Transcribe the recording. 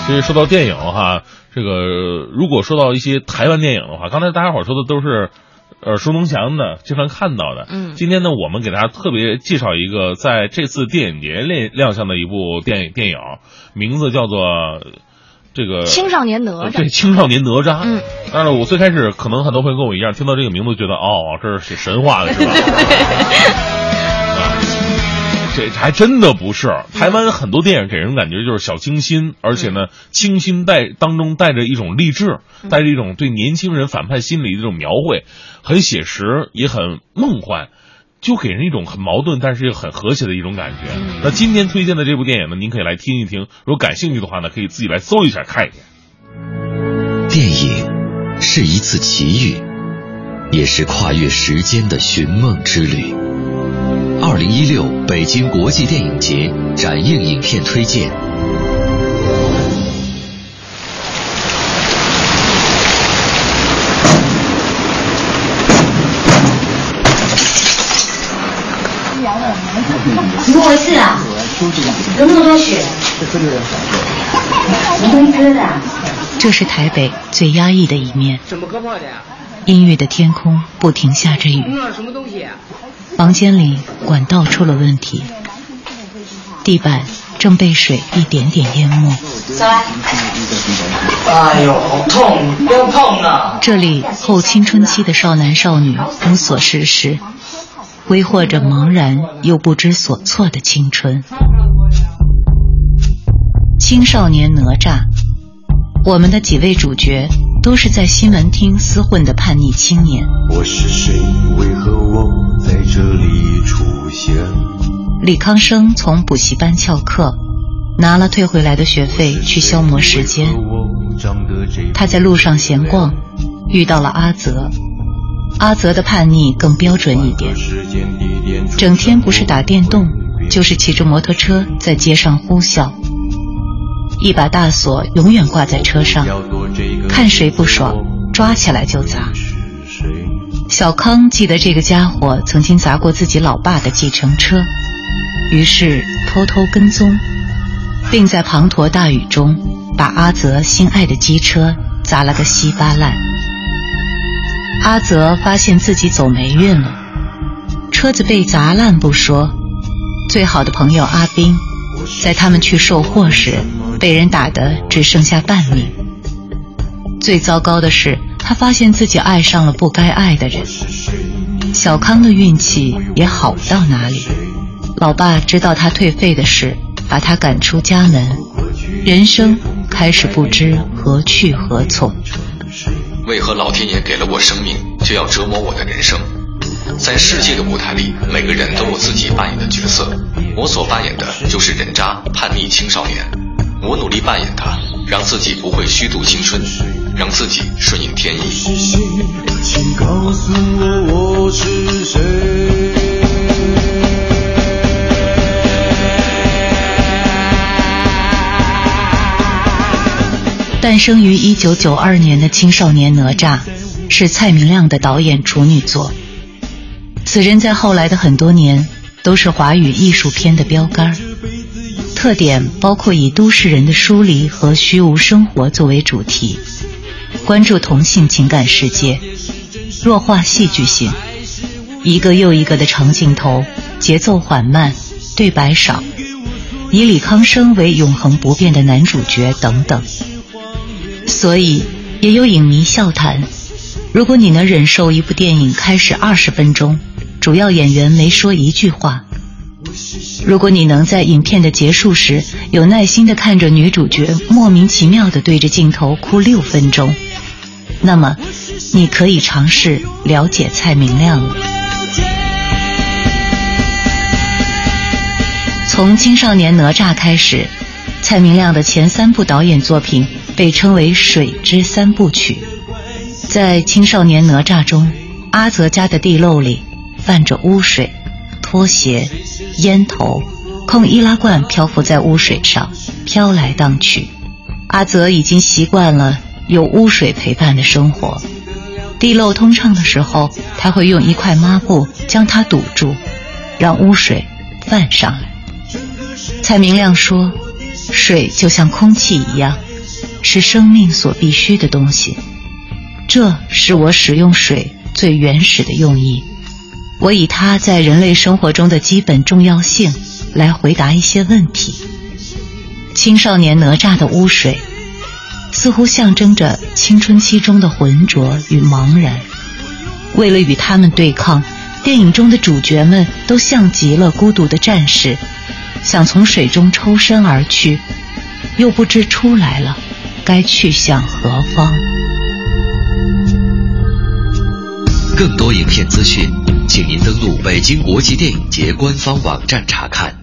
其实说到电影哈，这个如果说到一些台湾电影的话，刚才大家伙说的都是耳熟能详的，经常看到的。今天呢，我们给大家特别介绍一个在这次电影节亮相的一部电影，名字叫做这个青少年哪吒。 对，青少年哪吒。当然我最开始可能很多朋友跟我一样，听到这个名字觉得这是写神话的是吧？这还真的不是。台湾很多电影给人感觉就是小清新，而且呢，清新当中带着一种励志，带着一种对年轻人反叛心理的这种描绘，很写实，也很梦幻，就给人一种很矛盾但是又很和谐的一种感觉。那今天推荐的这部电影呢，您可以来听一听，如果感兴趣的话呢，可以自己来搜一下看一眼。 电影是一次奇遇，也是跨越时间的寻梦之旅。2016北京国际电影节展映影片推荐。 怎么回事啊？有那么多雪？什么东西的？ 这是台北最压抑的一面。怎么割破的呀？阴郁的天空不停下着雨。什么东西？房间里管道出了问题，地板正被水一点点淹没。 走来。哎呦，好痛！不要碰啊！ 这里后青春期的少男少女无所事事，挥霍着茫然又不知所措的青春。青少年哪吒，我们的几位主角都是在西门町厮混的叛逆青年。 我是谁？为何我在这里出现？ 李康生从补习班翘课，拿了退回来的学费去消磨时间。他在路上闲逛，遇到了阿泽。阿泽的叛逆更标准一点，整天不是打电动，就是骑着摩托车在街上呼啸。一把大锁永远挂在车上，看谁不爽抓起来就砸。小康记得这个家伙曾经砸过自己老爸的计程车，于是偷偷跟踪，并在滂沱大雨中把阿泽心爱的机车砸了个稀巴烂。阿泽发现自己走霉运了，车子被砸烂不说，最好的朋友阿斌在他们去售货时被人打得只剩下半命。最糟糕的是，他发现自己爱上了不该爱的人。小康的运气也好不到哪里，老爸知道他退费的事，把他赶出家门，人生开始不知何去何从。 为何老天爷给了我生命，就要折磨我的人生？在世界的舞台里，每个人都有自己扮演的角色，我所扮演的就是人渣叛逆青少年。我努力扮演他，让自己不会虚度青春，让自己顺应天意。 请告诉我是谁？ 诞生于1992年的青少年哪吒是蔡明亮的导演处女作，此人在后来的很多年都是华语艺术片的标杆，特点包括以都市人的疏离和虚无生活作为主题，关注同性情感世界，弱化戏剧性，一个又一个的长镜头，节奏缓慢，对白少，以李康生为永恒不变的男主角等等。所以也有影迷笑谈，如果你能忍受一部电影开始20分钟，主要演员没说一句话，如果你能在影片的结束时有耐心地看着女主角莫名其妙地对着镜头哭6分钟，那么你可以尝试了解蔡明亮了。从青少年哪吒开始，蔡明亮的前3部导演作品被称为水之3部曲。在青少年哪吒中，阿泽家的地漏里泛着污水、拖鞋、烟头，空易拉罐漂浮在污水上，飘来荡去。阿泽已经习惯了有污水陪伴的生活，地漏通畅的时候，他会用一块抹布将它堵住，让污水泛上来。蔡明亮说，水就像空气一样， 是生命所必须的东西。这是我使用水最原始的用意。我以它在人类生活中的基本重要性来回答一些问题。青少年哪吒的污水似乎象征着青春期中的浑浊与茫然。为了与他们对抗，电影中的主角们都像极了孤独的战士，想从水中抽身而去，又不知出来了该去向何方。 更多影片资讯，请您登录北京国际电影节官方网站查看。